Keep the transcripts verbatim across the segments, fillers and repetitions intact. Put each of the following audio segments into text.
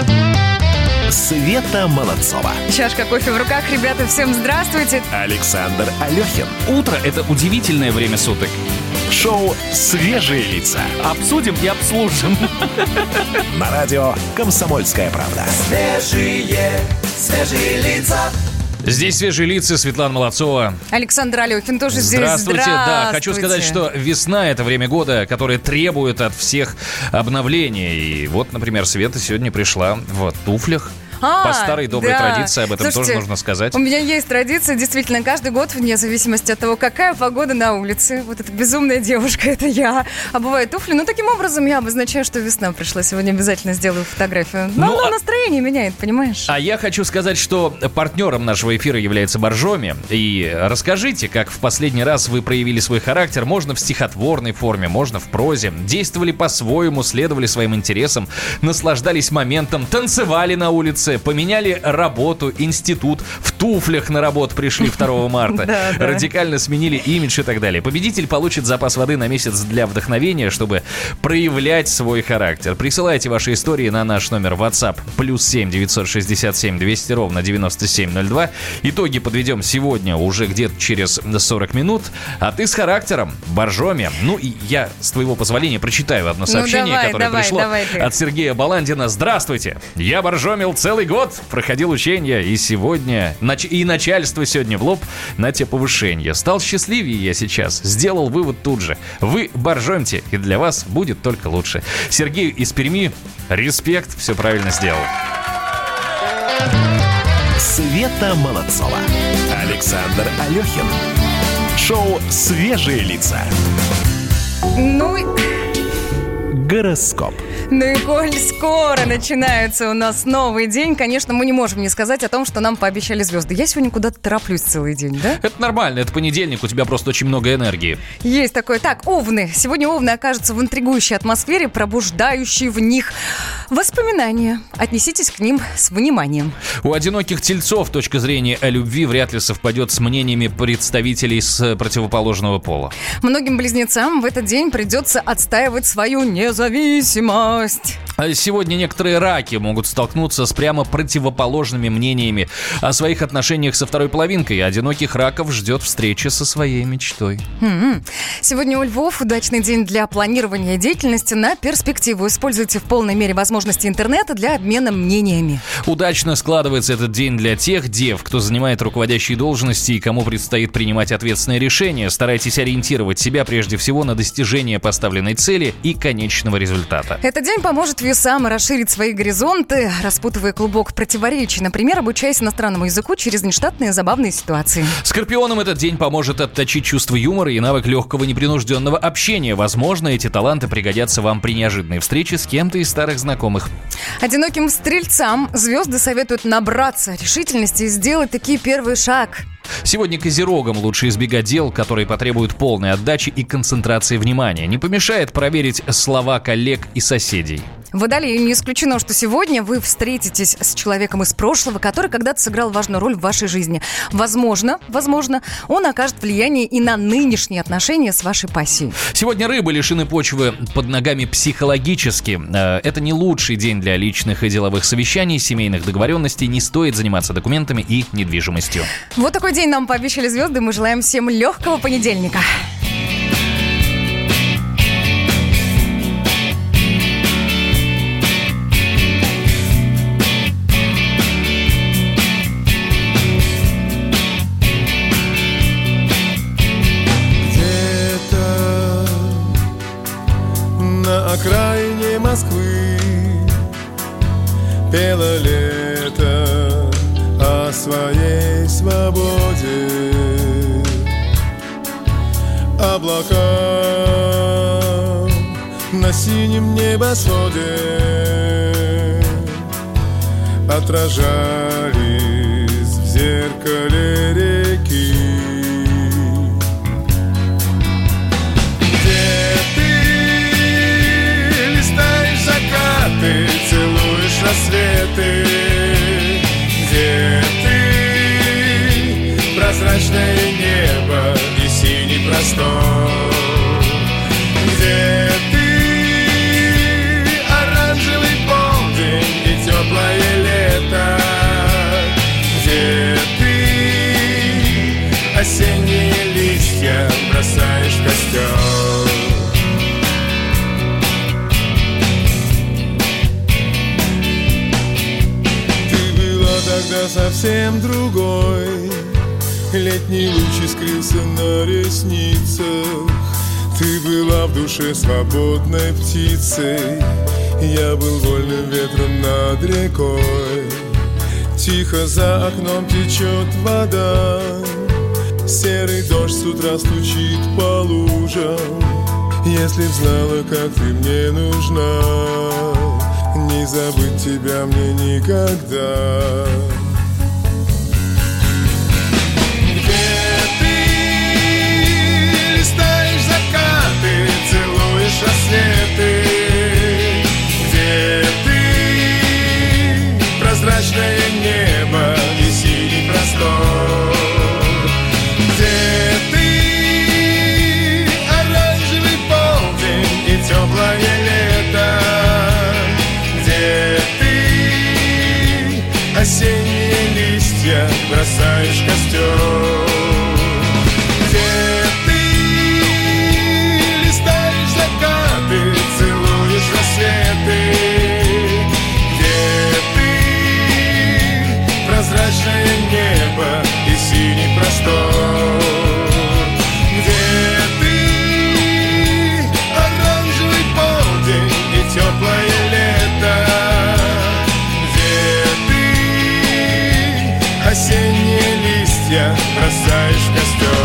Света Молодцова. Чашка кофе в руках. Ребята, всем здравствуйте. Александр Алехин. Утро – это удивительное время суток. Шоу «Свежие лица». Обсудим и обслужим. На радио «Комсомольская правда». Свежие, свежие лица. Здесь свежие лица, Светлана Молодцова. Александр Алехин тоже здесь. Здравствуйте. Здравствуйте. Да, хочу сказать, что весна – это время года, которое требует от всех обновления. И вот, например, Света сегодня пришла в туфлях. А, По старой доброй да. традиции, об этом Слушайте, тоже нужно сказать. У меня есть традиция, действительно, каждый год, вне зависимости от того, какая погода на улице. Вот эта безумная девушка, это я. Обуваю туфли. Ну, таким образом, я обозначаю, что весна пришла. Сегодня обязательно сделаю фотографию. Но Ну, она а- настроение меняет, понимаешь? А я хочу сказать, что партнером нашего эфира является Боржоми. И расскажите, как в последний раз вы проявили свой характер. Можно в стихотворной форме, можно в прозе. Действовали по-своему, следовали своим интересам, наслаждались моментом, танцевали на улице, поменяли работу, институт, в туфлях на работу пришли второго марта, Да, да. радикально сменили имидж и так далее. Победитель получит запас воды на месяц для вдохновения, чтобы проявлять свой характер. Присылайте ваши истории на наш номер WhatsApp плюс семь девятьсот шестьдесят семь двести ровно девяносто семь ноль два. Итоги подведем сегодня уже где-то через сорок минут. А ты с характером, Боржоми. Ну и я, с твоего позволения, прочитаю одно сообщение, давай, которое давай, пришло давай ты. от Сергея Баландина. Здравствуйте. Я боржомил целый год, проходил учения, и сегодня, нач- и начальство сегодня в лоб на те повышения. Стал счастливее я сейчас, сделал вывод тут же. Вы боржомьте, и для вас будет только лучше. Сергею из Перми, респект, все правильно сделал. Света Молодцова. Александр Алехин. Шоу «Свежие лица». Ну, и- Гороскоп. ну и коль скоро начинается у нас новый день, конечно, мы не можем не сказать о том, что нам пообещали звезды. Я сегодня куда-то тороплюсь целый день, да? Это нормально, это понедельник, у тебя просто очень много энергии. Есть такое. Так, овны. Сегодня овны окажутся в интригующей атмосфере, пробуждающей в них воспоминания. Отнеситесь к ним с вниманием. У одиноких тельцов точка зрения о любви вряд ли совпадет с мнениями представителей с противоположного пола. Многим близнецам в этот день придется отстаивать свою независимость. А сегодня некоторые раки могут столкнуться с прямо противоположными мнениями о своих отношениях со второй половинкой. Одиноких раков ждет встреча со своей мечтой. М-м. Сегодня у львов удачный день для планирования деятельности на перспективу. Используйте в полной мере возможности интернета для обмена мнениями. Удачно складывается этот день для тех дев, кто занимает руководящие должности и кому предстоит принимать ответственные решения. Старайтесь ориентировать себя прежде всего на достижение поставленной цели и конечного результата. Этот день поможет весам расширить свои горизонты, распутывая клубок противоречий. Например, обучаясь иностранному языку через нештатные забавные ситуации. Скорпионам этот день поможет отточить чувство юмора и навык легкого непринужденного общения. Возможно, эти таланты пригодятся вам при неожиданной встрече с кем-то из старых знакомых. Одиноким стрельцам звезды советуют набраться решительности и сделать такие первый шаг. Сегодня козерогам лучше избегать дел, которые потребуют полной отдачи и концентрации внимания. Не помешает проверить слова коллег и соседей. Водолеи, не исключено, что сегодня вы встретитесь с человеком из прошлого, который когда-то сыграл важную роль в вашей жизни. Возможно, возможно, он окажет влияние и на нынешние отношения с вашей пассией. Сегодня рыбы лишены почвы под ногами психологически. Э, Это не лучший день для личных и деловых совещаний, семейных договоренностей. Не стоит заниматься документами и недвижимостью. Вот такой день нам пообещали звезды. Мы желаем всем легкого понедельника. Где-то на окраине Москвы пело лето о своей свободе. Облака на синем небосводе отражались в зеркале реки. Где ты листаешь закаты, целуешь рассветы, где ты прозрачное небо и синий простор, где ты оранжевый полдень и теплая тогда совсем другой. Летний луч искрился на ресницах. Ты была в душе свободной птицей. Я был вольным ветром над рекой. Тихо за окном течет вода. Серый дождь с утра стучит по лужам. Если б знала, как ты мне нужна, не забыть тебя мне никогда. Где ты листаешь закаты, целуешь рассветы? Где ты прозрачное небо и синий простор? Теплое лето, где ты осенние листья бросаешь в костер? Где ты листаешь закаты, целуешь рассветы? Где ты прозрачное небо и синий простор? Теплое лето, где ты осенние листья бросаешь в костер?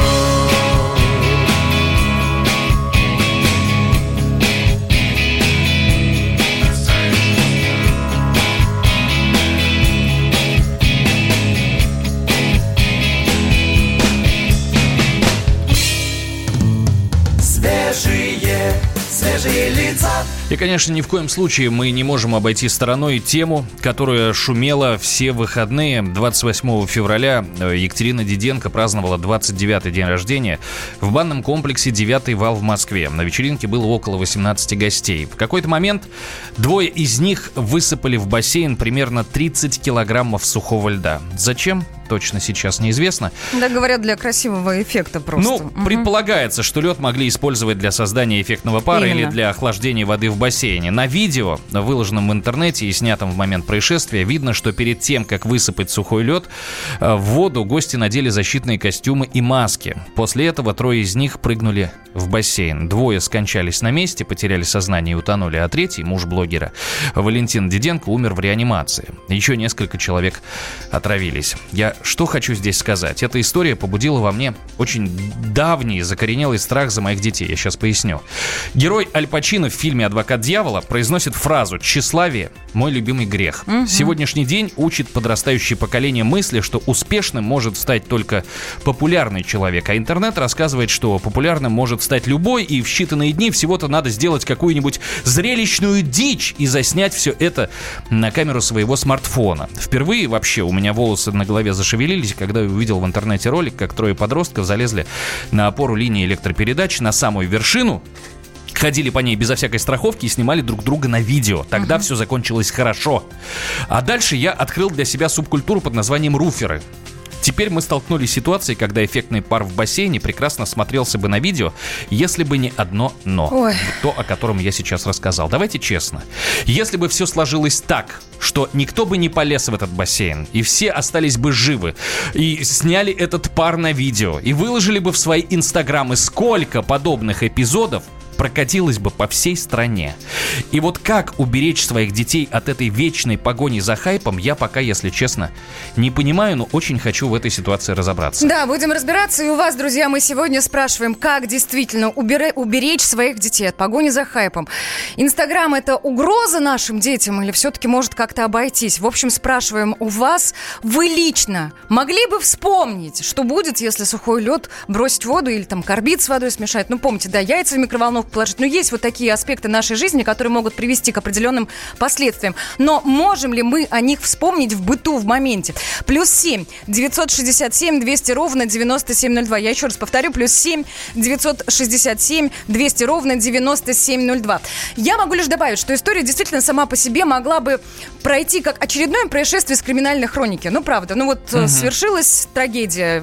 Свежие, свежие лица. И, конечно, ни в коем случае мы не можем обойти стороной тему, которая шумела все выходные. двадцать восьмого февраля Екатерина Диденко праздновала двадцать девятый день рождения в банном комплексе «Девятый вал» в Москве. На вечеринке было около восемнадцати гостей. В какой-то момент двое из них высыпали в бассейн примерно тридцать килограммов сухого льда. Зачем? Точно сейчас неизвестно. Да, говорят, для красивого эффекта просто. Ну, угу. Предполагается, что лед могли использовать для создания эффектного пара Именно. Или для охлаждения воды в бассейне. На видео, выложенном в интернете и снятом в момент происшествия, видно, что перед тем, как высыпать сухой лед, в воду гости надели защитные костюмы и маски. После этого трое из них прыгнули в бассейн. Двое скончались на месте, потеряли сознание и утонули, а третий, муж блогера, Валентин Диденко, умер в реанимации. Еще несколько человек отравились. Я что хочу здесь сказать? Эта история побудила во мне очень давний, закоренелый страх за моих детей. Я сейчас поясню. Герой Аль Пачино в фильме «Адвокат дьявола» произносит фразу «Тщеславие – мой любимый грех». Угу. Сегодняшний день учит подрастающее поколение мысли, что успешным может стать только популярный человек, а интернет рассказывает, что популярным может стать любой, и в считанные дни всего-то надо сделать какую-нибудь зрелищную дичь и заснять все это на камеру своего смартфона. Впервые вообще у меня волосы на голове зашевелились, когда я увидел в интернете ролик, как трое подростков залезли на опору линии электропередач на самую вершину, ходили по ней безо всякой страховки и снимали друг друга на видео. Тогда uh-huh. все закончилось хорошо. А дальше я открыл для себя субкультуру под названием руферы. Теперь мы столкнулись с ситуацией, когда эффектный пар в бассейне прекрасно смотрелся бы на видео, если бы не одно «но». Ой. То, о котором я сейчас рассказал. Давайте честно. Если бы все сложилось так, что никто бы не полез в этот бассейн, и все остались бы живы, и сняли этот пар на видео, и выложили бы в свои инстаграмы, сколько подобных эпизодов прокатилась бы по всей стране. И вот как уберечь своих детей от этой вечной погони за хайпом, я пока, если честно, не понимаю, но очень хочу в этой ситуации разобраться. Да, будем разбираться. И у вас, друзья, мы сегодня спрашиваем, как действительно убере- уберечь своих детей от погони за хайпом. Инстаграм — это угроза нашим детям или все-таки может как-то обойтись? В общем, спрашиваем у вас. Вы лично могли бы вспомнить, что будет, если сухой лед бросить в воду или там карбид с водой смешать? Ну, помните, да, яйца в микроволновку положить. Но есть вот такие аспекты нашей жизни, которые могут привести к определенным последствиям. Но можем ли мы о них вспомнить в быту, в моменте? Плюс семь девятьсот шестьдесят семь двести ровно девяносто семь ноль два. Я еще раз повторю. Плюс семь девятьсот шестьдесят семь двести ровно девяносто семь ноль два. Я могу лишь добавить, что история действительно сама по себе могла бы пройти как очередное происшествие с криминальной хроники. Ну, правда. Ну, вот угу. свершилась трагедия.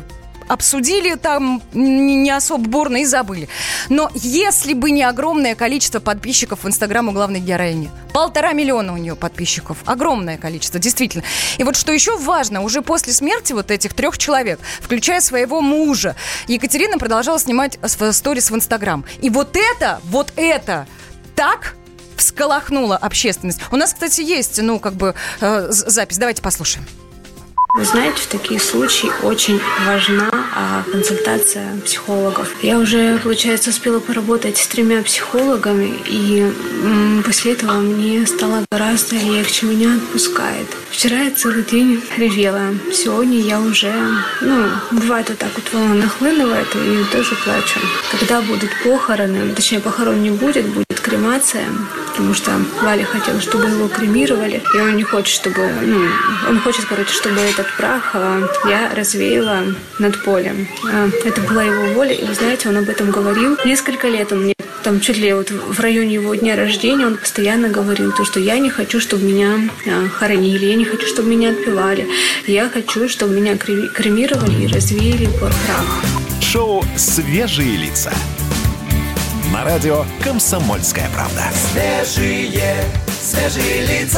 обсудили там не особо бурно и забыли. Но если бы не огромное количество подписчиков в Инстаграм у главной героини, полтора миллиона у нее подписчиков, огромное количество, действительно. И вот что еще важно, уже после смерти вот этих трех человек, включая своего мужа, Екатерина продолжала снимать сторис в Инстаграм. И вот это, вот это так всколыхнуло общественность. У нас, кстати, есть, ну, как бы, э, запись. Давайте послушаем. Вы знаете, в такие случаи очень важна а, консультация психологов. Я уже, получается, успела поработать с тремя психологами, и м, после этого мне стало гораздо легче, меня отпускает. Вчера я целый день ревела. Сегодня я уже, ну, бывает вот так вот волна нахлынывает, и тоже плачу. Когда будут похороны, точнее, похорон не будет, будет кремация, потому что Валя хотела, чтобы его кремировали, и он не хочет, чтобы, ну, он хочет, короче, чтобы этот прах э, я развеяла над полем. Э, это была его воля, и, вы знаете, он об этом говорил. Несколько лет он мне, там, чуть ли вот в районе его дня рождения, он постоянно говорил, то, что я не хочу, чтобы меня э, хоронили, я не хочу, чтобы меня отпевали, я хочу, чтобы меня кремировали и развеяли прах. Шоу «Свежие лица». На радио «Комсомольская правда». Свежие, свежие лица.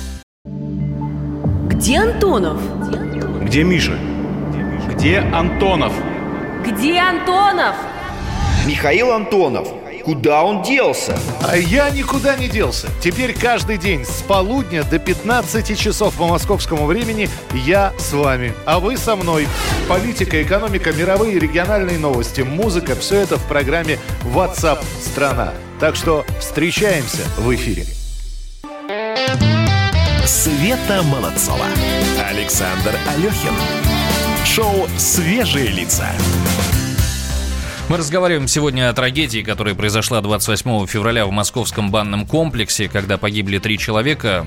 Где Антонов? Где Миша? Где Антонов? Где Антонов? Михаил Антонов. Куда он делся? А я никуда не делся. Теперь каждый день с полудня до пятнадцати часов по московскому времени я с вами, а вы со мной. Политика, экономика, мировые и региональные новости, музыка – все это в программе WhatsApp страна. Так что встречаемся в эфире. Света Молодцова. Александр Алехин. Шоу «Свежие лица». Мы разговариваем сегодня о трагедии, которая произошла двадцать восьмого февраля в московском банном комплексе, когда погибли три человека,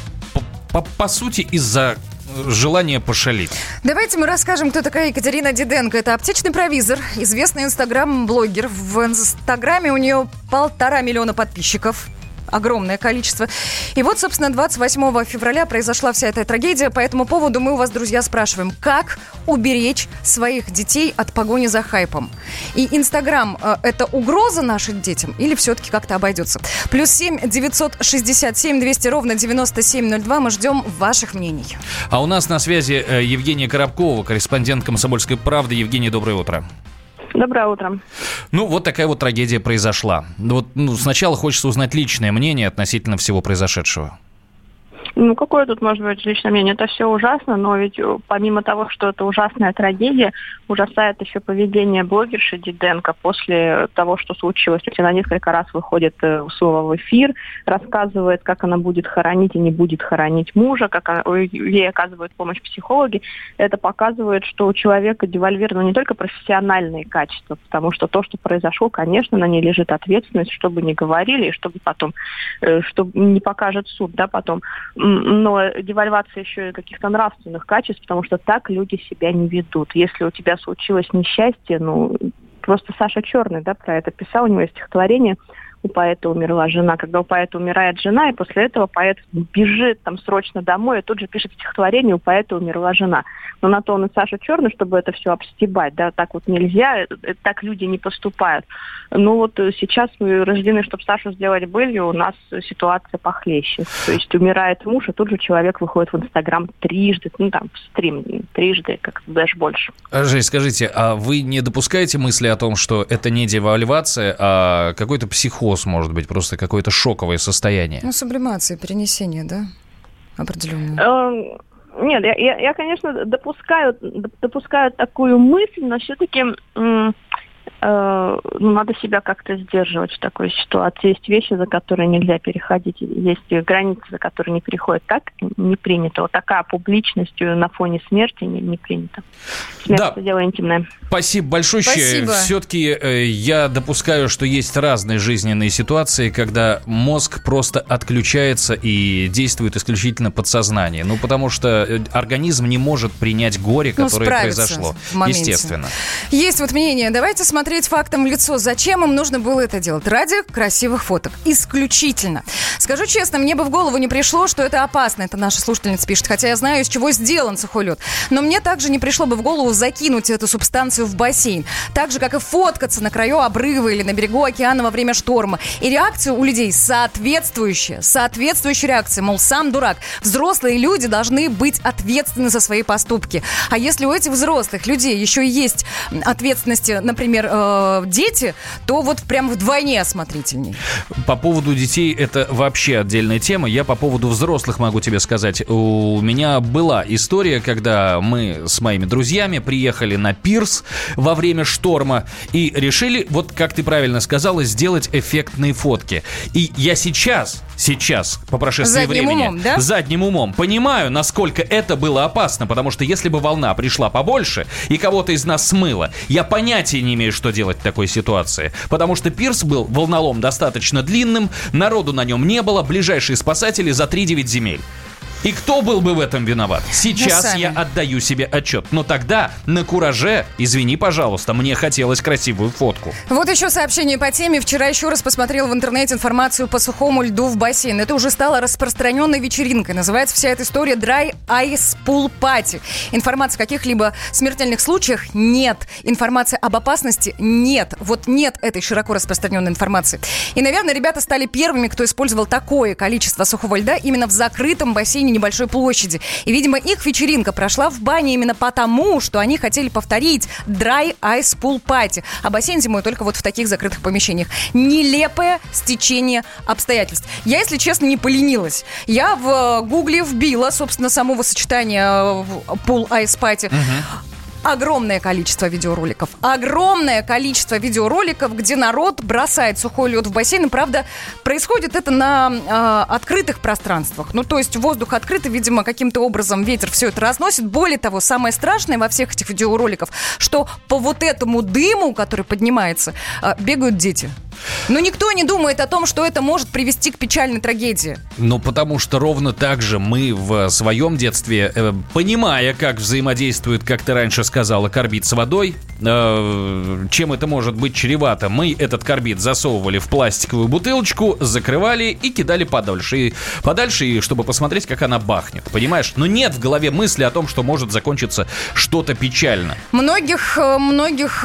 по, по, по сути, из-за желания пошалить. Давайте мы расскажем, кто такая Екатерина Диденко. Это аптечный провизор, известный инстаграм-блогер. В инстаграме у нее полтора миллиона подписчиков. Огромное количество. И вот, собственно, двадцать восьмого февраля произошла вся эта трагедия. По этому поводу мы у вас, друзья, спрашиваем, как уберечь своих детей от погони за хайпом? И Инстаграм э, – это угроза нашим детям или все-таки как-то обойдется? Плюс семь девятьсот шестьдесят семь двести ровно девяносто семь ноль два. Мы ждем ваших мнений. А у нас на связи э, Евгения Коробкова, корреспондент «Комсомольской правды». Евгения, доброе утро. Доброе утро. Ну, вот такая вот трагедия произошла. Вот, ну, сначала хочется узнать личное мнение относительно всего произошедшего. Ну, какое тут может быть личное мнение? Это все ужасно, но ведь помимо того, что это ужасная трагедия, ужасает еще поведение блогерши Диденко после того, что случилось. То есть она несколько раз выходит снова в эфир, рассказывает, как она будет хоронить и не будет хоронить мужа, как она, ей оказывают помощь психологи. Это показывает, что у человека девальвированы не только профессиональные качества, потому что то, что произошло, конечно, на ней лежит ответственность, что бы ни говорили, и чтобы потом, что не покажет суд, да, потом. Но девальвация еще и каких-то нравственных качеств, потому что так люди себя не ведут. Если у тебя случилось несчастье, ну, просто Саша Черный, да, про это писал, у него есть стихотворение «У поэта умерла жена». Когда у поэта умирает жена, и после этого поэт бежит там срочно домой и тут же пишет стихотворение «У поэта умерла жена». Но на то он и Саша Черный, чтобы это все обстебать, да, так вот нельзя, так люди не поступают. Ну вот сейчас мы рождены, чтобы Сашу сделать былью, у нас ситуация похлеще. То есть умирает муж, и тут же человек выходит в Инстаграм трижды, ну там в стрим трижды, как даже больше. Жень, скажите, а вы не допускаете мысли о том, что это не девальвация, а какой-то психоз, может быть, просто какое-то шоковое состояние? Ну, сублимация, перенесение, да, определенное. Нет, я, я, я, конечно, допускаю, допускаю такую мысль, но все-таки м- э, ну, надо себя как-то сдерживать в такой ситуации. Есть вещи, за которые нельзя переходить, есть границы, за которые не переходят. Так не принято. Вот такая публичность на фоне смерти не, не принята. Смерть да. – это дело интимное. Спасибо большое. Спасибо. Все-таки э, я допускаю, что есть разные жизненные ситуации, когда мозг просто отключается и действует исключительно подсознание. Ну, потому что организм не может принять горе, которое ну, произошло. В моменте. Естественно. Есть вот мнение. Давайте смотреть смотреть фактам в лицо. Зачем им нужно было это делать? Ради красивых фоток. Исключительно. Скажу честно, мне бы в голову не пришло, что это опасно. Это наша слушательница пишет. Хотя я знаю, из чего сделан сухой лед. Но мне также не пришло бы в голову закинуть эту субстанцию в бассейн. Так же, как и фоткаться на краю обрыва или на берегу океана во время шторма. И реакция у людей соответствующая. Соответствующая реакция. Мол, сам дурак. Взрослые люди должны быть ответственны за свои поступки. А если у этих взрослых людей еще и есть ответственности, например, э, дети, то вот прям вдвойне осмотрительней. По поводу детей это вообще отдельная тема. Я по поводу взрослых могу тебе сказать. У меня была история, когда мы с моими друзьями приехали на пирс во время шторма и решили, вот как ты правильно сказала, сделать эффектные фотки. И я сейчас, сейчас, по прошествии задним времени, умом, да? задним умом понимаю, насколько это было опасно, потому что если бы волна пришла побольше и кого-то из нас смыло, я понятия не имею, что делать в такой ситуации. Потому что пирс был волнолом достаточно длинным, народу на нем не было, ближайшие спасатели за три-девять земель. И кто был бы в этом виноват? Сейчас я отдаю себе отчет. Но тогда на кураже, извини, пожалуйста, мне хотелось красивую фотку. Вот еще сообщение по теме. Вчера еще раз посмотрел в интернете информацию по сухому льду в бассейн. Это уже стало распространенной вечеринкой. Называется вся эта история Dry Ice Pool Party. Информации о каких-либо смертельных случаях нет. Информации об опасности нет. Вот нет этой широко распространенной информации. И, наверное, ребята стали первыми, кто использовал такое количество сухого льда именно в закрытом бассейне небольшой площади. И, видимо, их вечеринка прошла в бане именно потому, что они хотели повторить Dry Ice Pool Party. А бассейн зимой только вот в таких закрытых помещениях. Нелепое стечение обстоятельств. Я, если честно, не поленилась. Я в гугле вбила, собственно, самого сочетания Pool Ice Party. Uh-huh. Огромное количество видеороликов. Огромное количество видеороликов, где народ бросает сухой лед в бассейн. И, правда, происходит это на э, открытых пространствах. Ну, то есть воздух открытый, видимо, каким-то образом ветер все это разносит. Более того, самое страшное во всех этих видеороликах, что по вот этому дыму, который поднимается, э, бегают дети. Но никто не думает о том, что это может привести к печальной трагедии. Ну, потому что ровно так же мы в своем детстве, э, понимая, как взаимодействует, как ты раньше сказала, карбид с водой, э, чем это может быть чревато, мы этот карбид засовывали в пластиковую бутылочку, закрывали и кидали подальше, и, подальше, и чтобы посмотреть, как она бахнет, понимаешь? Но нет в голове мысли о том, что может закончиться что-то печально. Многих, многих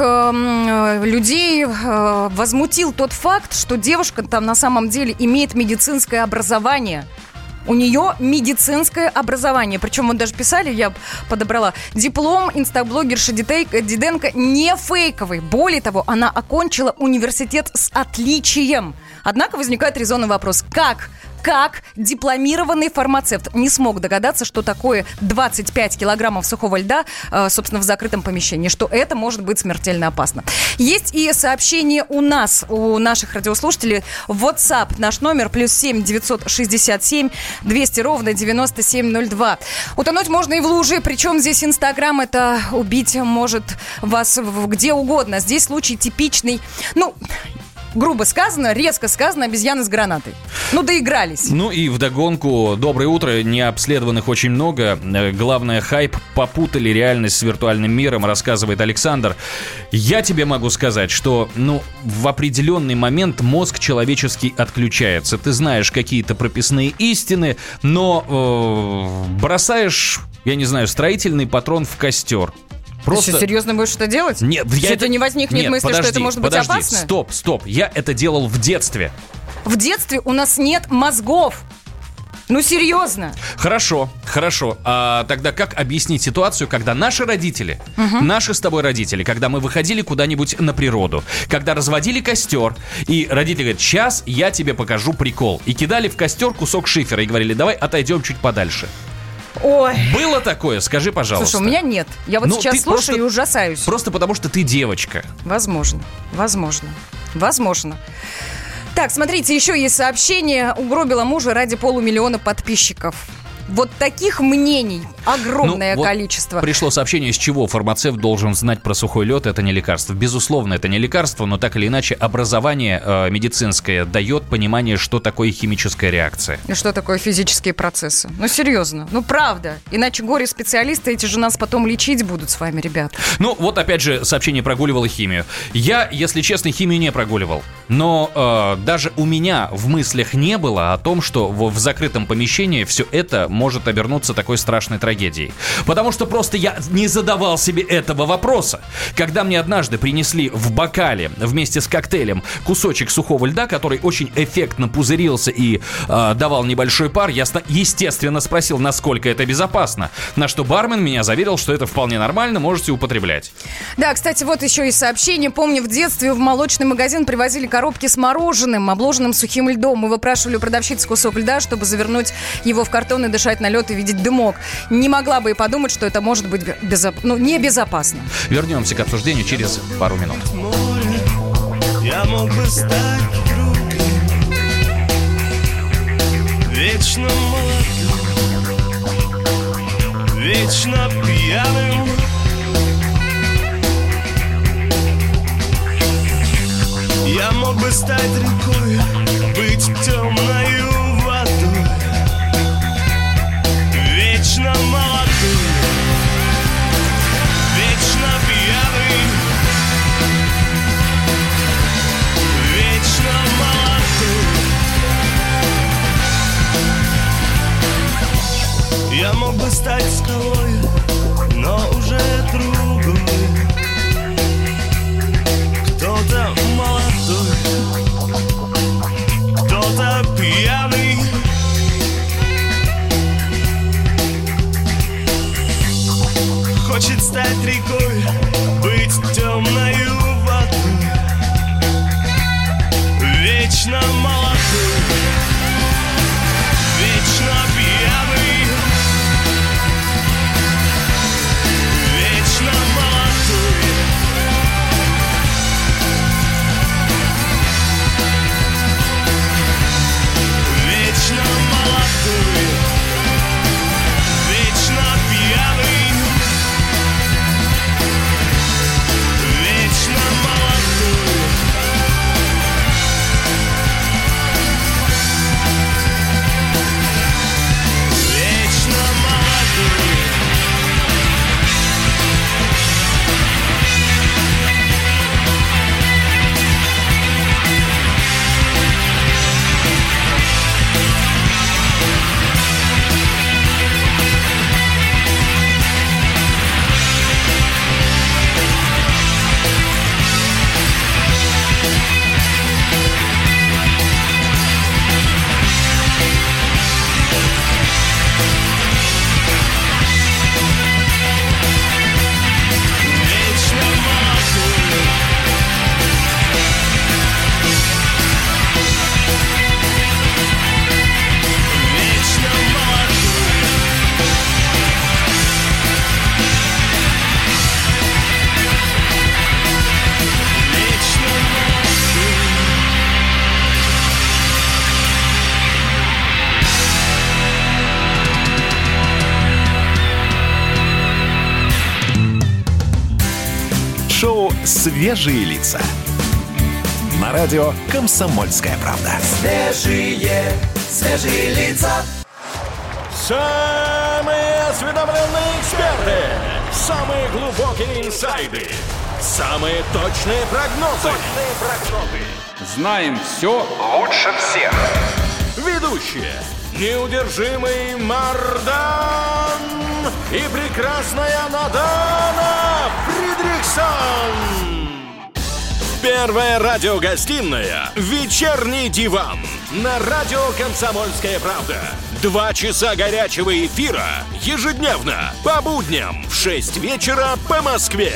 э, людей э, возмутил тот факт, что девушка там на самом деле имеет медицинское образование. У нее медицинское образование. Причем вот даже писали, я подобрала, диплом инстаблогерши Диденко не фейковый. Более того, она окончила университет с отличием. Однако возникает резонный вопрос. Как? Как дипломированный фармацевт не смог догадаться, что такое двадцать пять килограммов сухого льда, собственно, в закрытом помещении, что это может быть смертельно опасно. Есть и сообщение у нас, у наших радиослушателей. В WhatsApp наш номер плюс семь девятьсот шестьдесят семь двести ровно девяносто семь ноль два. Утонуть можно и в луже, причем здесь Инстаграм это убить может вас где угодно. Здесь случай типичный, ну... грубо сказано, резко сказано, обезьяны с гранатой. Ну, доигрались. Ну и вдогонку, доброе утро, необследованных очень много. Главное, хайп, попутали реальность с виртуальным миром, рассказывает Александр. Я тебе могу сказать, что, ну, в определенный момент мозг человеческий отключается. Ты знаешь какие-то прописные истины, но э, бросаешь, я не знаю, строительный патрон в костер. Просто... Ты что, серьезно будешь что делать? Нет, я это... это не возникнет Нет, мысли, подожди, что это может подожди, быть опасно? Стоп, стоп. Я это делал в детстве. В детстве у нас нет мозгов. Ну, серьезно. Хорошо, хорошо. А тогда как объяснить ситуацию, когда наши родители, угу. наши с тобой родители, когда мы выходили куда-нибудь на природу, когда разводили костер, и родители говорят, сейчас я тебе покажу прикол. И кидали в костер кусок шифера и говорили, давай отойдем чуть подальше. Ой. Было такое? Скажи, пожалуйста. Слушай, у меня нет. Я вот ну, сейчас слушаю просто, и ужасаюсь. Просто потому, что ты девочка. Возможно, возможно, возможно. Так, смотрите, еще есть сообщение. Угробила мужа ради полумиллиона подписчиков. Вот таких мнений огромное Ну, вот количество. Пришло сообщение, с чего фармацевт должен знать про сухой лед. Это не лекарство. Безусловно, это не лекарство, но так или иначе образование э, медицинское дает понимание, что такое химическая реакция. И что такое физические процессы. Ну, серьезно. Ну, правда. Иначе горе-специалисты эти же нас потом лечить будут с вами, ребят. Ну, вот опять же сообщение: прогуливал химию. Я, если честно, химию не прогуливал. Но э, даже у меня в мыслях не было о том, что в, в закрытом помещении все это может обернуться такой страшной трагедией. Потому что просто я не задавал себе этого вопроса. Когда мне однажды принесли в бокале вместе с коктейлем кусочек сухого льда, который очень эффектно пузырился и э, давал небольшой пар, я, естественно, спросил, насколько это безопасно. На что бармен меня заверил, что это вполне нормально, можете употреблять. Да, кстати, вот еще и сообщение. Помню, в детстве в молочный магазин привозили коробки с мороженым, обложенным сухим льдом. Мы выпрашивали у продавщицы кусок льда, чтобы завернуть его в картон и дышать на лед и видеть дымок. Не могла бы и подумать, что это может быть безоп... ну, небезопасно. Вернемся к обсуждению через пару минут. Я мог бы стать другом, вечно молодым, вечно пьяным. Я мог бы стать рекой, быть темною водой, вечно молодым, вечно пьяный, вечно молодым. Я мог бы стать скалой, но уже другой. Кто-то молодой, кто-то пьяный. Хочет стать рекой, быть темною водой, вечно молодой, вечно пьяный, вечно молодой. Вечно молодой, вечно пьяный, вечно молодой. Вечно молодой. Шоу «Свежие лица». На радио «Комсомольская правда». Свежие, свежие лица. Самые осведомленные эксперты. Самые глубокие инсайды. Самые точные прогнозы. Точные прогнозы. Знаем все лучше всех. Ведущие. Неудержимый Мардан и прекрасная Надана Фридрихсон. Первая радиогостинная «Вечерний диван» на радио «Комсомольская правда». Два часа горячего эфира ежедневно по будням в шесть вечера по Москве.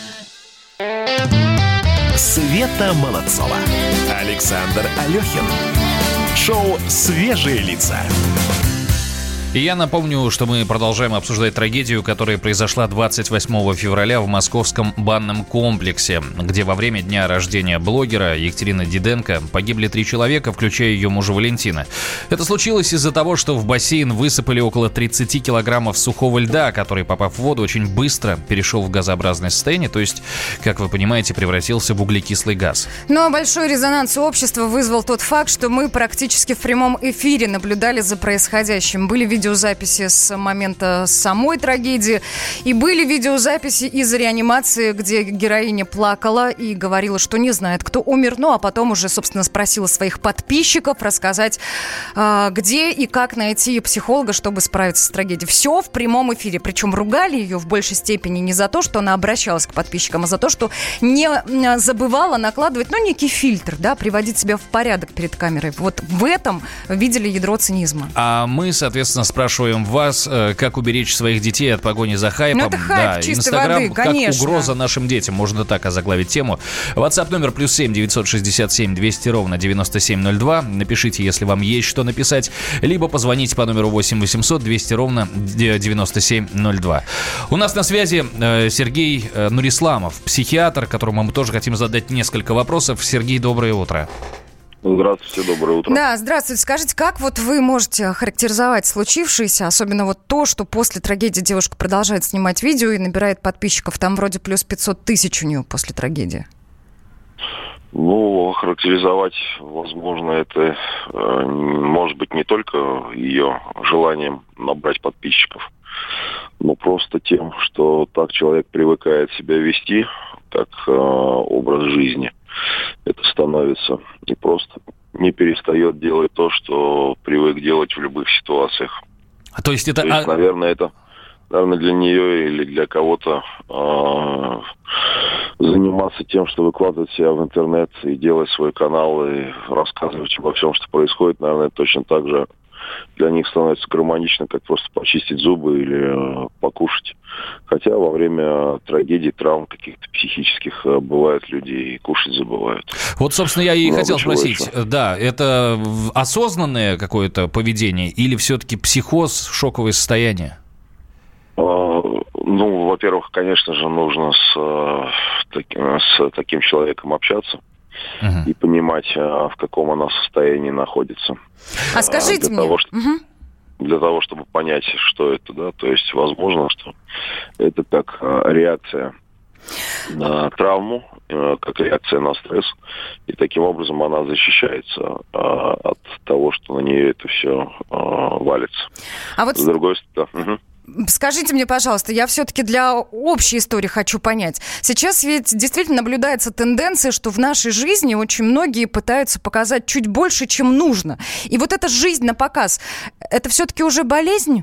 Света Молодцова. Александр Алехин. Шоу «Свежие лица». И я напомню, что мы продолжаем обсуждать трагедию, которая произошла двадцать восьмого февраля в московском банном комплексе, где во время дня рождения блогера Екатерины Диденко погибли три человека, включая ее мужа Валентина. Это случилось из-за того, что в бассейн высыпали около тридцать килограммов сухого льда, который, попав в воду, очень быстро перешел в газообразное состояние, то есть, как вы понимаете, превратился в углекислый газ. Ну а большой резонанс у общества вызвал тот факт, что мы практически в прямом эфире наблюдали за происходящим. Были видеозаписи с момента самой трагедии, и были видеозаписи из реанимации, где героиня плакала и говорила, что не знает, кто умер. Ну, а потом уже, собственно, спросила своих подписчиков рассказать, где и как найти психолога, чтобы справиться с трагедией. Все в прямом эфире. Причем ругали ее в большей степени не за то, что она обращалась к подписчикам, а за то, что не забывала накладывать, ну, некий фильтр, да, приводить себя в порядок перед камерой. Вот в этом видели ядро цинизма. А мы, соответственно, спрашиваем вас, как уберечь своих детей от погони за хайпом. Ну, это хайп да, чистой Инстаграм воды, конечно. Как угроза нашим детям, можно так озаглавить тему. WhatsApp номер плюс семь девятьсот шестьдесят семь двести ровно девяносто семь ноль два. Напишите, если вам есть что написать, либо позвоните по номеру восемь восемьсот двести ровно девяносто семь ноль два. У нас на связи Сергей Нурисламов, психиатр, которому мы тоже хотим задать несколько вопросов. Сергей, доброе утро. Здравствуйте, доброе утро. Да, здравствуйте. Скажите, как вот вы можете характеризовать случившееся, особенно вот то, что после трагедии девушка продолжает снимать видео и набирает подписчиков, там вроде плюс пятьсот тысяч у нее после трагедии? Ну, характеризовать, возможно, это э, может быть не только ее желанием набрать подписчиков, но просто тем, что так человек привыкает себя вести, как э, образ жизни. Это становится и просто не перестает делать то, что привык делать в любых ситуациях. А то есть это... То есть, наверное, это, наверное, для нее или для кого-то э, заниматься тем, что выкладывать себя в интернет и делать свой канал и рассказывать обо всем, что происходит, наверное, точно так же для них становится гармонично, как просто почистить зубы или э, покушать. Хотя во время трагедий, травм каких-то психических э, бывает люди и кушать забывают. Вот, собственно, я и Много хотел чего спросить, еще. да, это осознанное какое-то поведение или все-таки психоз, шоковое состояние? А, ну, во-первых, конечно же, нужно с, э, таким, с таким человеком общаться. Uh-huh. И понимать, в каком она состоянии находится. А скажите для мне... Того, что, uh-huh. Для того, чтобы понять, что это, да, то есть возможно, что это как реакция на травму, как реакция на стресс, и таким образом она защищается от того, что на нее это все валится. А вот... С другой стороны... Uh-huh. Скажите мне, пожалуйста, я все-таки для общей истории хочу понять. Сейчас ведь действительно наблюдается тенденция, что в нашей жизни очень многие пытаются показать чуть больше, чем нужно. И вот эта жизнь на показ, это все-таки уже болезнь?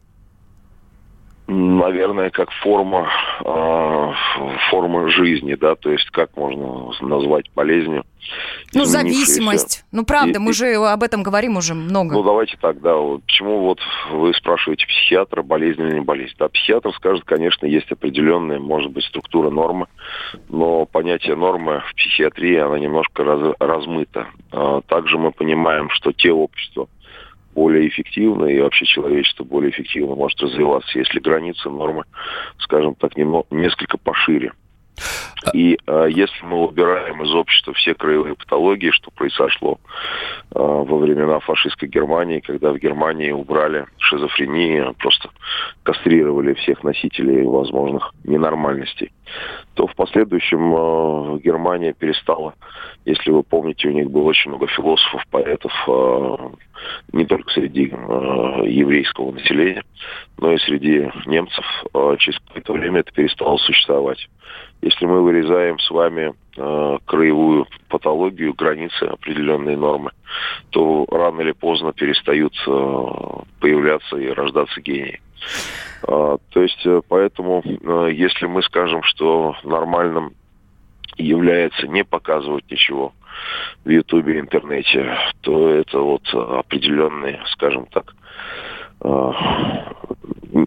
Наверное, как форма, э, форма жизни, да, то есть как можно назвать болезнью. Ну, зависимость. Ну, правда, и, мы и, же об этом говорим уже много. Ну, давайте так, да. Вот почему вот вы спрашиваете психиатра, болезнь или не болезнь? Да, психиатр скажет, конечно, есть определенная, может быть, структура нормы, но понятие нормы в психиатрии, она немножко раз, размыта. А, также мы понимаем, что те общества, более эффективно, и вообще человечество более эффективно может развиваться, если границы нормы, скажем так, немного, несколько пошире. И э, если мы убираем из общества все краевые патологии, что произошло э, во времена фашистской Германии, когда в Германии убрали шизофрению, просто кастрировали всех носителей возможных ненормальностей, то в последующем э, Германия перестала, если вы помните, у них было очень много философов, поэтов, э, не только среди э, еврейского населения, но и среди немцев. Э, через какое-то время это перестало существовать. Если мы вырезаем с вами э, краевую патологию, границы, определенные нормы, то рано или поздно перестают э, появляться и рождаться гении. Э, то есть, э, поэтому, э, если мы скажем, что нормальным является не показывать ничего в Ютубе, интернете, то это вот определенные, скажем так,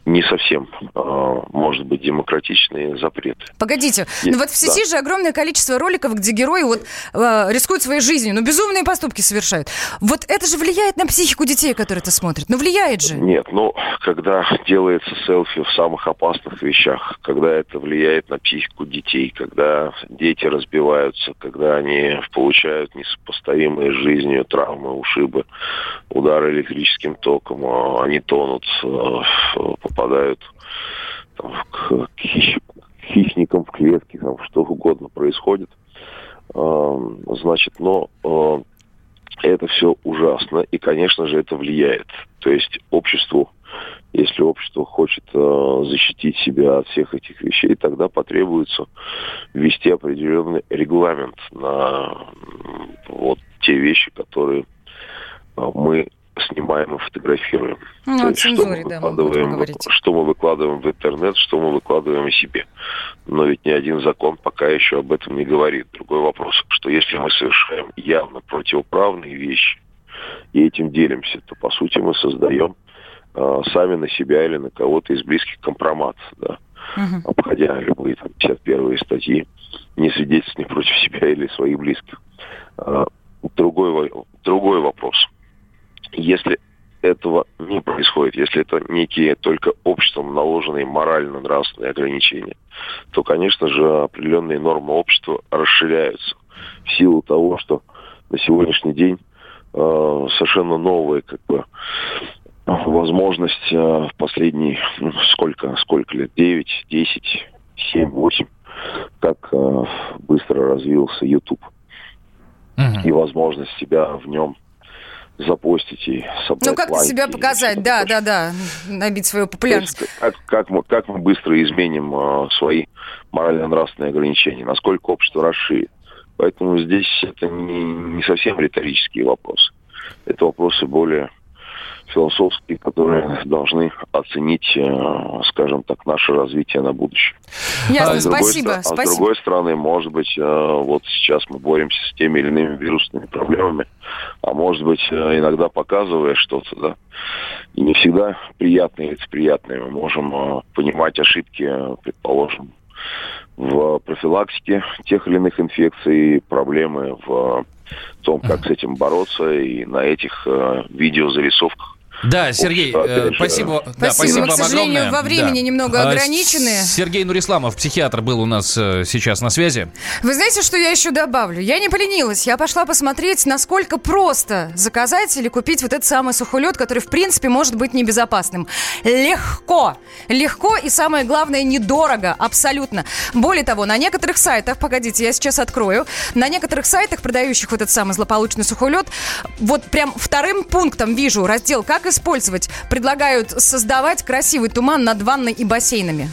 не совсем, может быть, демократичные запреты. Погодите, Есть, ну вот в сети да. же огромное количество роликов, где герои вот э, рискуют своей жизнью, ну безумные поступки совершают. Вот это же влияет на психику детей, которые это смотрят. Ну влияет же. Нет, ну, когда делается селфи в самых опасных вещах, когда это влияет на психику детей, когда дети разбиваются, когда они получают несопоставимые с жизнью травмы, ушибы, удары электрическим током, они тонут, попадают там, к хищникам в клетке, там, что угодно происходит. Значит, но это все ужасно, и, конечно же, это влияет. То есть обществу, если общество хочет защитить себя от всех этих вещей, тогда потребуется ввести определенный регламент на вот те вещи, которые мы снимаем и фотографируем. Ну, То о есть, цензуре, что мы да, мы будем выкладываем, говорить. что мы выкладываем в интернет, что мы выкладываем о себе. Но ведь ни один закон пока еще об этом не говорит. Другой вопрос, что если мы совершаем явно противоправные вещи и этим делимся, то, по сути, мы создаем э, сами на себя или на кого-то из близких компромат, да, угу. обходя любые там, пятьдесят первые статьи, не свидетельствуя против себя или своих близких. Э, другой, другой вопрос. Если этого не происходит, если это некие только обществом наложенные морально-нравственные ограничения, то, конечно же, определенные нормы общества расширяются в силу того, что на сегодняшний день э, совершенно новая как бы, возможность э, в последние ну, сколько, сколько лет, девять, десять, семь, восемь, как э, быстро развился YouTube. Uh-huh. И возможность себя в нем запостить и собрать. Ну, как-то себя показать, да, да, да, набить свою популярность. Есть, как, как, мы, как мы быстро изменим э, свои морально-нравственные ограничения, насколько общество расширит. Поэтому здесь это не, не совсем риторические вопросы. Это вопросы более философские, которые должны оценить, э, скажем так, наше развитие на будущее. Ясно, а спасибо, другой, спасибо. А с другой стороны, может быть, э, вот сейчас мы боремся с теми или иными вирусными проблемами, а может быть, э, иногда показывая что-то, да, и не всегда приятное или неприятное, мы можем э, понимать ошибки, предположим, в профилактике тех или иных инфекций, проблемы в том, как с этим бороться, и на этих э, видеозарисовках. Да, Сергей, э, спасибо. Спасибо. Да, спасибо Мы, к вам сожалению, огромное. во времени да. немного ограничены. Сергей Нурисламов, психиатр, был у нас э, сейчас на связи. Вы знаете, что я еще добавлю? Я не поленилась. Я пошла посмотреть, насколько просто заказать или купить вот этот самый сухолед, который, в принципе, может быть небезопасным. Легко. Легко и, самое главное, недорого. Абсолютно. Более того, на некоторых сайтах, погодите, я сейчас открою, на некоторых сайтах, продающих вот этот самый злополучный сухолед, вот прям вторым пунктом вижу раздел «Как использовать». Предлагают создавать красивый туман над ванной и бассейнами.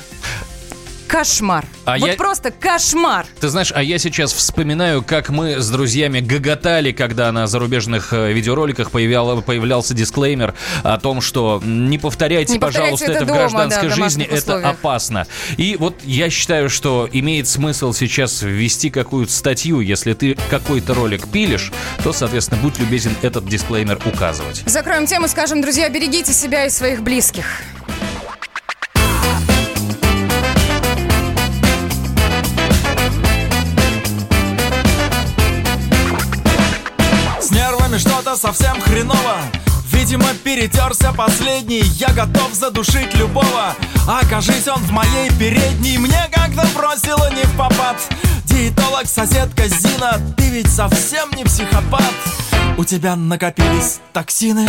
Кошмар. А вот я... просто кошмар. Ты знаешь, а я сейчас вспоминаю, как мы с друзьями гоготали, когда на зарубежных э, видеороликах появлял, появлялся дисклеймер о том, что не повторяйте, не пожалуйста, повторяйте это, это дома, в гражданской да, в жизни, это условиях. опасно. И вот я считаю, что имеет смысл сейчас ввести какую-то статью. Если ты какой-то ролик пилишь, то, соответственно, будь любезен этот дисклеймер указывать. Закроем тему, скажем, друзья, берегите себя и своих близких. Что-то совсем хреново. Видимо, перетерся последний. Я готов задушить любого. Окажись он в моей передней. Мне как-то бросило не в попад. Диетолог, соседка Зина, ты ведь совсем не психопат. У тебя накопились токсины.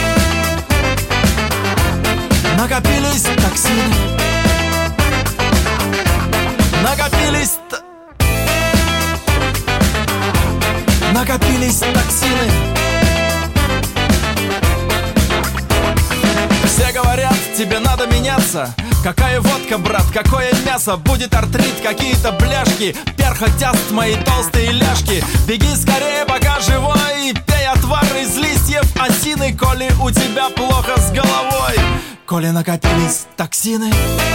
Накопились токсины. Накопились т... Накопились токсины. Все говорят, тебе надо меняться. Какая водка, брат, какое мясо. Будет артрит, какие-то бляшки. Перхоть даст мои толстые ляжки. Беги скорее, пока живой. Пей отвар из листьев осины, коли у тебя плохо с головой. Коли накопились токсины.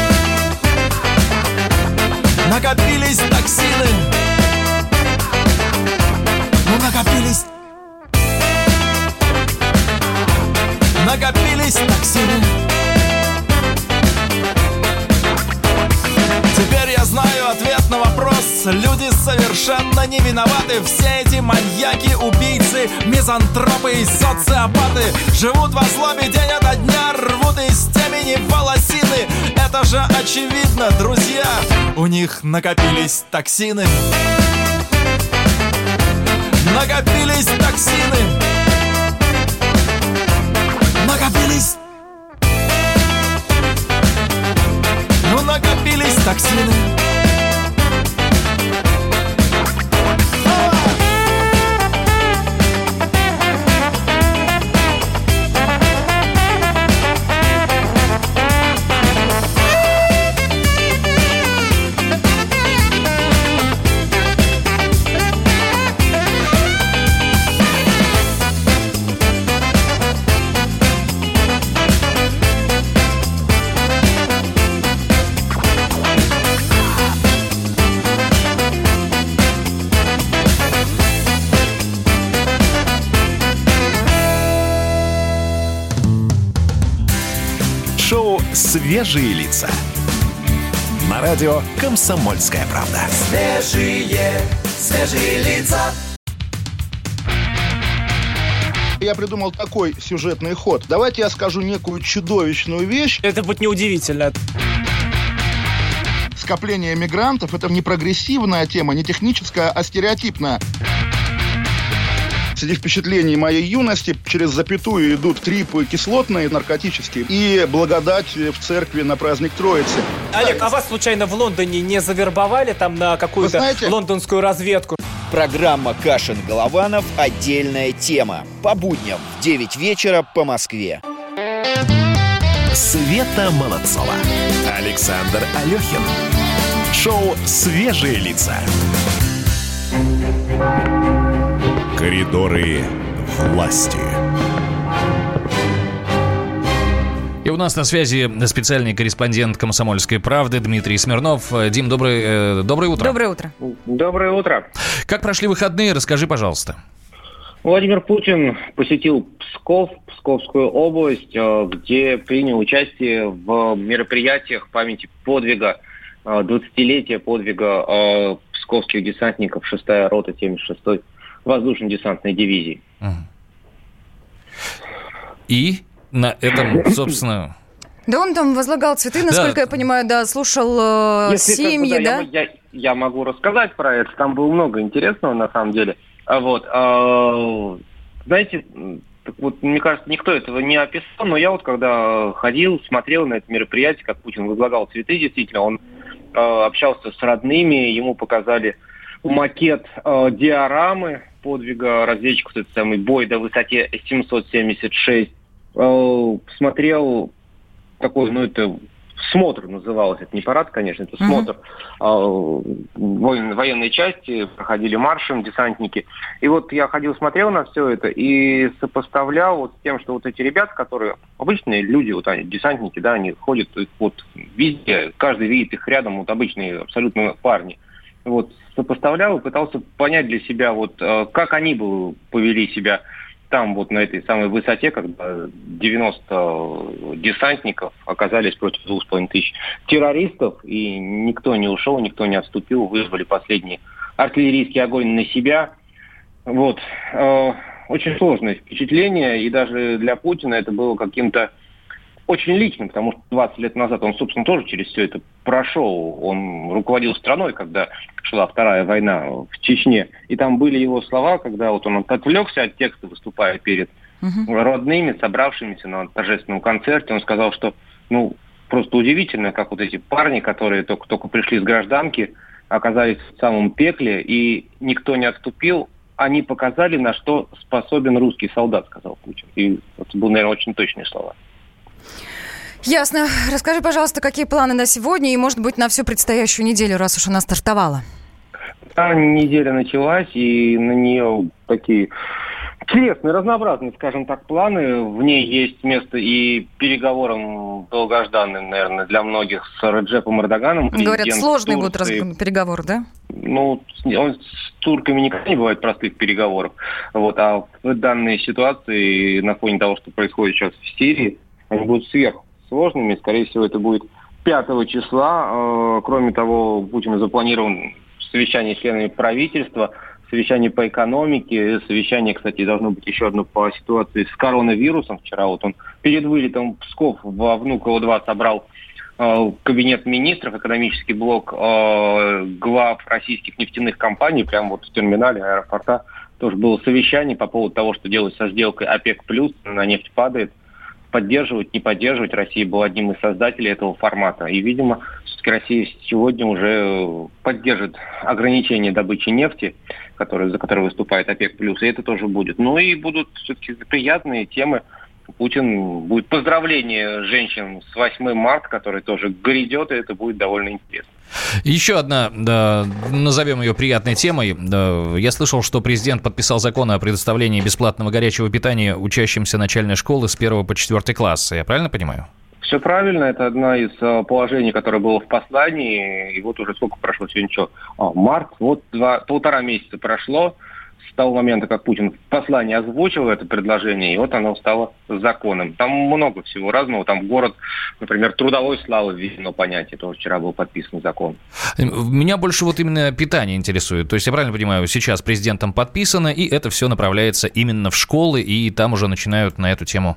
Накопились токсины. Ну накопились. Накопились токсины. совершенно не виноваты. Все эти маньяки, убийцы, мизантропы и социопаты живут во злобе день ото дня, рвут из темени волосины. Это же очевидно, друзья, у них накопились токсины. Накопились токсины. Накопились. Ну, накопились токсины. Шоу «Свежие лица». На радио «Комсомольская правда». Свежие, свежие лица. Я придумал такой сюжетный ход. Давайте я скажу некую чудовищную вещь. Это будет неудивительно. Скопление мигрантов – это не прогрессивная тема, не техническая, а стереотипная. Среди впечатлений моей юности через запятую идут трипы кислотные, наркотические, и благодать в церкви на праздник Троицы. Олег, а вас случайно в Лондоне не завербовали там на какую-то знаете, лондонскую разведку? Программа «Кашин-Голованов. Отдельная тема». По будням в девять вечера по Москве. Света Молодцова. Александр Алехин. Шоу «Свежие лица». Коридоры власти. И у нас на связи специальный корреспондент «Комсомольской правды» Дмитрий Смирнов. Дим, добрый, э, доброе утро. Доброе утро. Доброе утро. Как прошли выходные? Расскажи, пожалуйста. Владимир Путин посетил Псков, Псковскую область, где принял участие в мероприятиях памяти подвига, двадцатилетия подвига псковских десантников, шестая рота семьдесят шестой воздушно-десантной дивизии. И на этом, собственно... Да он там возлагал цветы, насколько да. я понимаю, да, слушал э, семьи, как бы, да? да? Я, я, я могу рассказать про это, там было много интересного на самом деле. А вот, а, знаете, так вот, мне кажется, никто этого не описал, но я вот когда ходил, смотрел на это мероприятие, как Путин возлагал цветы, действительно, он а, общался с родными, ему показали макет а, диорамы подвига разведчиков, этот самый бой до высоте семьсот семьдесят шесть. А, смотрел такой, ну это смотр называлось, это не парад, конечно, это смотр. Mm-hmm. А, военные части проходили маршем, десантники. И вот я ходил, смотрел на все это и сопоставлял вот с тем, что вот эти ребята, которые обычные люди, вот они, десантники, да, они ходят вот везде, каждый видит их рядом, вот обычные абсолютно парни. Вот сопоставлял и пытался понять для себя, вот как они бы повели себя там вот на этой самой высоте, когда девяносто десантников оказались против двух с половиной тысяч террористов, и никто не ушел, никто не отступил, вызвали последний артиллерийский огонь на себя. Вот. Очень сложное впечатление, и даже для Путина это было каким-то очень личным, потому что двадцать лет назад он, собственно, тоже через все это прошел. Он руководил страной, когда шла Вторая война в Чечне. И там были его слова, когда вот он отвлекся от текста, выступая перед uh-huh. родными, собравшимися на торжественном концерте. Он сказал, что ну просто удивительно, как вот эти парни, которые только, только пришли с гражданки, оказались в самом пекле, и никто не отступил. Они показали, на что способен русский солдат, сказал Путин. И это были, наверное, очень точные слова. Ясно. Расскажи, пожалуйста, какие планы на сегодня и, может быть, на всю предстоящую неделю, раз уж она стартовала? Да, неделя началась, и на нее такие интересные, разнообразные, скажем так, планы. В ней есть место и переговорам долгожданным, наверное, для многих с Реджепом Эрдоганом. Говорят, сложные будут раз... переговоры, да? Ну, он, с турками никогда не бывает простых переговоров. Вот, а в данной ситуации, на фоне того, что происходит сейчас в Сирии, они будут сверхсложными. Скорее всего, это будет пятого числа. Кроме того, Путин запланирован совещание с членами правительства, совещание по экономике, совещание, кстати, должно быть еще одно по ситуации с коронавирусом. Вчера вот он перед вылетом в Псков во Внуково-два собрал э, кабинет министров, экономический блок э, глав российских нефтяных компаний, прямо вот в терминале аэропорта тоже было совещание по поводу того, что делать со сделкой ОПЕК+, на нефть падает. Поддерживать, не поддерживать. Россия была одним из создателей этого формата. И, видимо, все-таки Россия сегодня уже поддержит ограничение добычи нефти, который, за которое выступает ОПЕК+, и это тоже будет. Ну и будут все-таки приятные темы. Путин будет поздравление женщин с восьмым марта, который тоже грядет, и это будет довольно интересно. Еще одна, да, назовем ее приятной темой. Да, я слышал, что президент подписал закон о предоставлении бесплатного горячего питания учащимся начальной школы с первого по четвертый класс. Я правильно понимаю? Все правильно. Это одна из положений, которое было в послании. И вот уже сколько прошло сегодня? Что? А, март. Вот два, полтора месяца прошло с того момента, как Путин в послании озвучил это предложение, и вот оно стало законом. Там много всего разного. Там город, например, трудовой славы введено понятие. Тоже вчера был подписан закон. Меня больше вот именно питание интересует. То есть, я правильно понимаю, сейчас президентом подписано, и это все направляется именно в школы, и там уже начинают на эту тему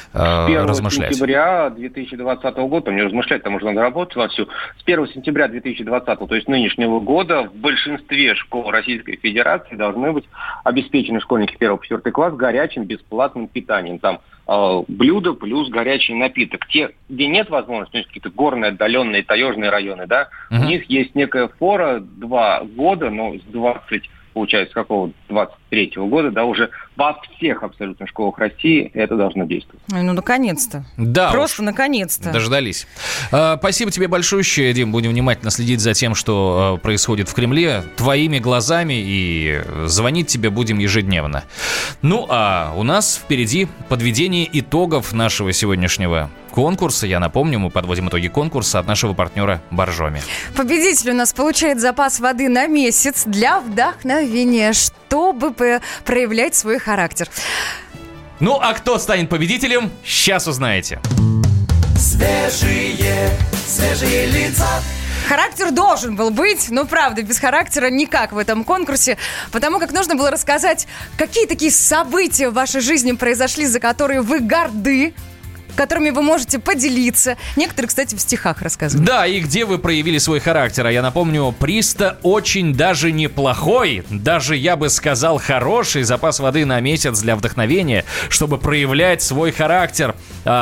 э, размышлять. С первого сентября две тысячи двадцатого года, там не размышлять, там уже надо работать вовсю. С первого сентября две тысячи двадцатого, то есть нынешнего года, в большинстве школ Российской Федерации должны быть обеспечены школьники первого по четвертый класс горячим бесплатным питанием. Там э, блюдо плюс горячий напиток. Те, где нет возможности, то есть какие-то горные, отдаленные, таежные районы, да, uh-huh. у них есть некая фора два года, но с двадцать, получается, какого двадцать третьего года, да, уже во всех абсолютно школах России это должно действовать. Ну, наконец-то. Да. Просто уж. наконец-то. Дождались. А, спасибо тебе большое, Дим. Будем внимательно следить за тем, что а, происходит в Кремле, твоими глазами, и звонить тебе будем ежедневно. Ну, а у нас впереди подведение итогов нашего сегодняшнего конкурса. Я напомню, мы подводим итоги конкурса от нашего партнера Боржоми. Победитель у нас получает запас воды на месяц для вдохновения, чтобы проявлять свой характер. Ну, а кто станет победителем, сейчас узнаете. Свежие, свежие лица. Характер должен был быть, но правда, без характера никак в этом конкурсе, потому как нужно было рассказать, какие такие события в вашей жизни произошли, за которые вы горды, которыми вы можете поделиться. Некоторые, кстати, в стихах рассказывают. Да, и где вы проявили свой характер. А я напомню, приста очень даже неплохой, даже, я бы сказал, хороший запас воды на месяц для вдохновения, чтобы проявлять свой характер.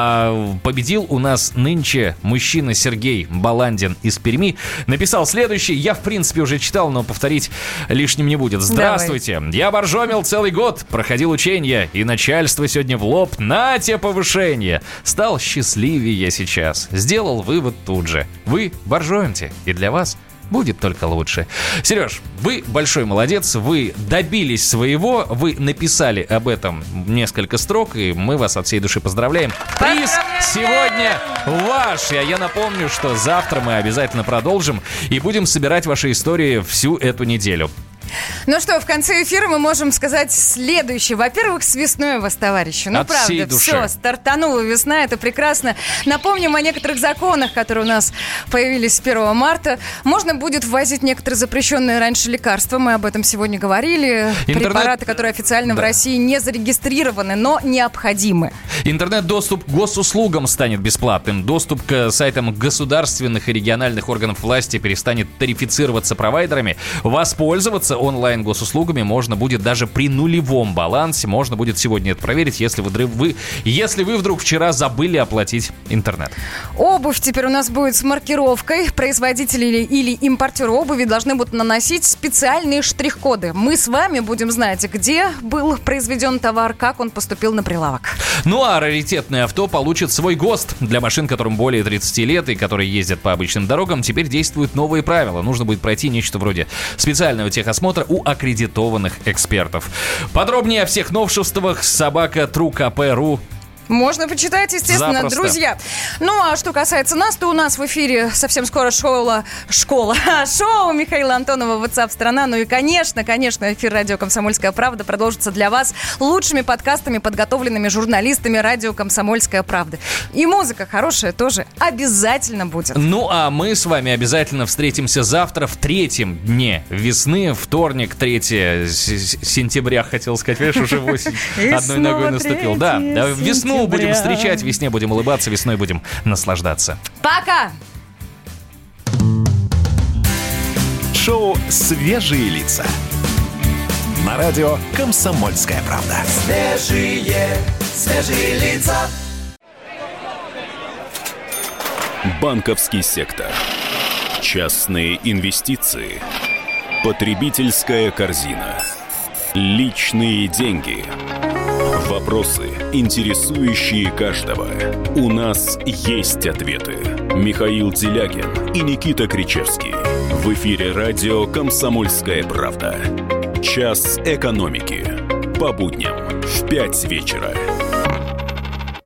А, победил у нас нынче мужчина Сергей Баландин из Перми. Написал следующее. Я, в принципе, уже читал, но повторить лишним не будет. Здравствуйте. Давай. Я боржомил целый год, проходил учения, и начальство сегодня в лоб. Нате повышение. Стал счастливее сейчас. Сделал вывод тут же. Вы боржомите, и для вас будет только лучше. Сереж, вы большой молодец, вы добились своего, вы написали об этом несколько строк, и мы вас от всей души поздравляем. Приз сегодня ваш. А я напомню, что завтра мы обязательно продолжим и будем собирать ваши истории всю эту неделю. Ну что, в конце эфира мы можем сказать следующее. Во-первых, с весной вас, товарищи. Ну, от правда, все, стартанула весна, это прекрасно. Напомним о некоторых законах, которые у нас появились с первого марта. Можно будет ввозить некоторые запрещенные раньше лекарства. Мы об этом сегодня говорили. Интернет... Препараты, которые официально да. в России не зарегистрированы, но необходимы. Интернет-доступ к госуслугам станет бесплатным. Доступ к сайтам государственных и региональных органов власти перестанет тарифицироваться провайдерами. Воспользоваться онлайн-госуслугами можно будет даже при нулевом балансе. Можно будет сегодня это проверить, если вы, вы, если вы вдруг вчера забыли оплатить интернет. Обувь теперь у нас будет с маркировкой. Производители или импортеры обуви должны будут наносить специальные штрих-коды. Мы с вами будем знать, где был произведен товар, как он поступил на прилавок. Ну а раритетное авто получит свой ГОСТ. Для машин, которым более тридцати лет и которые ездят по обычным дорогам, теперь действуют новые правила. Нужно будет пройти нечто вроде специального техосмотра у аккредитованных экспертов. Подробнее о всех новшествах собака тру ка пэ точка ру Можно почитать, естественно, Запросто. друзья. Ну, а что касается нас, то у нас в эфире совсем скоро шоу, школа, шоу Михаила Антонова WhatsApp страна. Ну и, конечно, конечно, эфир радио «Комсомольская правда» продолжится для вас лучшими подкастами, подготовленными журналистами радио «Комсомольская правда». И музыка хорошая тоже обязательно будет. Ну, а мы с вами обязательно встретимся завтра в третьем дне весны, вторник, третьего сентября, хотел сказать, видишь, уже осень одной ногой наступил. Да, весну будем встречать, весне будем улыбаться, весной будем наслаждаться. Пока! Шоу «Свежие лица». На радио «Комсомольская правда». Свежие, свежие лица. Банковский сектор. Частные инвестиции. Потребительская корзина. Личные деньги. Вопросы, интересующие каждого. У нас есть ответы. Михаил Делягин и Никита Кричевский. В эфире радио «Комсомольская правда». Час экономики. По будням в пять вечера.